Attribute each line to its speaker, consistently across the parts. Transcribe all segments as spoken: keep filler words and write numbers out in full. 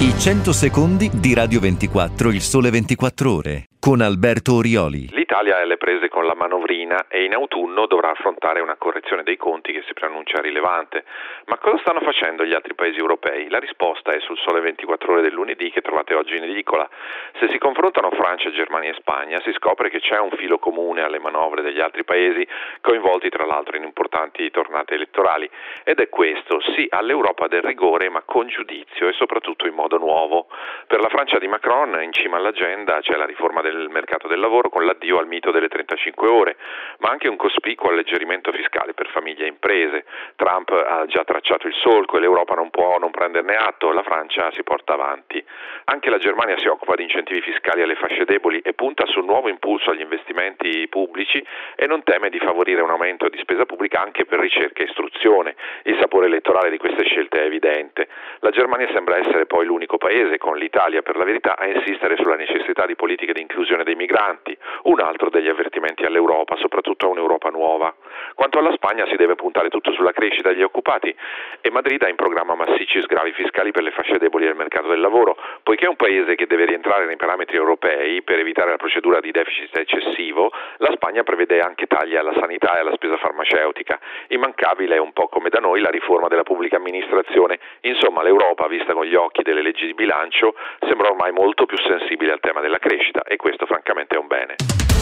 Speaker 1: I cento secondi di Radio ventiquattro, il sole ventiquattro ore, con Alberto Orioli.
Speaker 2: L'Italia è alle prese con la manovrina e in autunno dovrà affrontare una correzione dei conti che si preannuncia rilevante. Ma cosa stanno facendo gli altri paesi europei? La risposta è sul sole ventiquattro ore del lunedì che trovate oggi in edicola. Se si confrontano Francia, Germania e Spagna si scopre che c'è un filo comune alle manovre degli altri paesi, coinvolti tra l'altro in importanti tornate elettorali. Ed è questo, sì all'Europa del rigore ma con giudizio e soprattutto in modo nuovo. Per la Francia di Macron in cima all'agenda c'è la riforma del mercato del lavoro con l'addio al mito delle trentacinque ore, ma anche un cospicuo alleggerimento fiscale per famiglie e imprese. Trump ha già tracciato il solco e l'Europa non può non prenderne atto, la Francia si porta avanti. Anche la Germania si occupa di incentivi fiscali alle fasce deboli e punta su un nuovo impulso agli investimenti pubblici e non teme di favorire un aumento di spesa pubblica anche per ricerca e istruzione. Il sapore elettorale di queste scelte è evidente. La Germania sembra essere poi l'unico paese, con l'Italia per la verità, a insistere sulla necessità di politiche di inclusione dei migranti, un altro degli avvertimenti all'Europa, soprattutto a un'Europa nuova. Quanto alla Spagna si deve puntare tutto sulla crescita degli occupati e Madrid ha in programma massicci sgravi fiscali per le fasce deboli del mercato del lavoro, poiché è un paese che deve rientrare nei parametri europei per evitare la procedura di deficit eccessivo, la Spagna prevede anche tagli alla sanità e alla spesa farmaceutica. Immancabile è un po' come da noi la riforma della pubblica amministrazione. Insomma, l'Europa, vista con gli occhi delle leggi di bilancio, sembra ormai molto più sensibile al tema della crescita e questo francamente è un bene.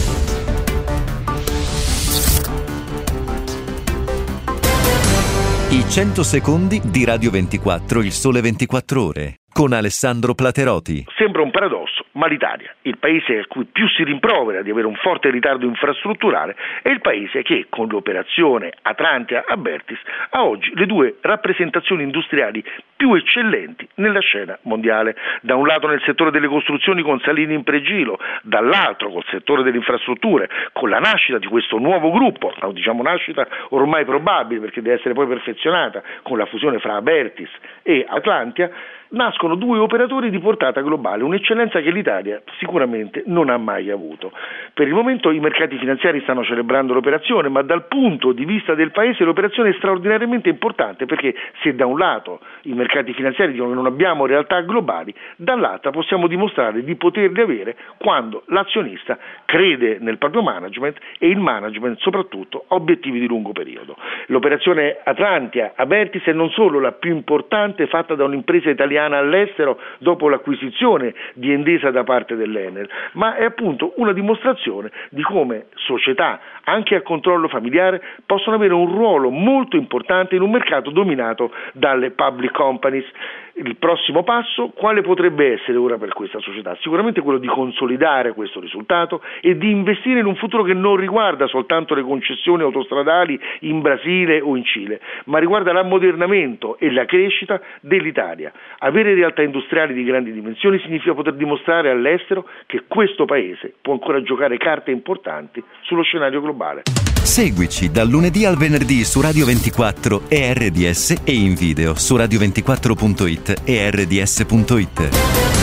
Speaker 1: I cento secondi di Radio ventiquattro, il sole ventiquattro ore, con Alessandro Plateroti.
Speaker 3: Sembra un paradosso, ma l'Italia, il paese a cui più si rimprovera di avere un forte ritardo infrastrutturale, è il paese che, con l'operazione Atlantia-Abertis, ha oggi le due rappresentazioni industriali più eccellenti nella scena mondiale. Da un lato nel settore delle costruzioni con Salini in pregilo, dall'altro col settore delle infrastrutture, con la nascita di questo nuovo gruppo, diciamo nascita ormai probabile perché deve essere poi perfezionata con la fusione fra Abertis e Atlantia, nascono due operatori di portata globale, un'eccellenza che l'Italia sicuramente non ha mai avuto. Per il momento i mercati finanziari stanno celebrando l'operazione, ma dal punto di vista del paese l'operazione è straordinariamente importante perché se da un lato i mercati finanziari dicono che non abbiamo realtà globali, dall'altra possiamo dimostrare di poterli avere quando l'azionista crede nel proprio management e il management soprattutto ha obiettivi di lungo periodo. L'operazione Atlantia-Abertis è non solo la più importante fatta da un'impresa italiana all'estero dopo l'acquisizione di Endesa da parte dell'Enel, ma è appunto una dimostrazione di come società anche a controllo familiare possono avere un ruolo molto importante in un mercato dominato dalle public companies. Il prossimo passo quale potrebbe essere ora per questa società? Sicuramente quello di consolidare questo risultato e di investire in un futuro che non riguarda soltanto le concessioni autostradali in Brasile o in Cile, ma riguarda l'ammodernamento e la crescita dell'Italia. Avere realtà industriali di grandi dimensioni significa poter dimostrare all'estero che questo paese può ancora giocare carte importanti sullo scenario globale.
Speaker 1: Seguici dal lunedì al venerdì su Radio ventiquattro e R D S e in video su radio ventiquattro punto it e R D S punto it.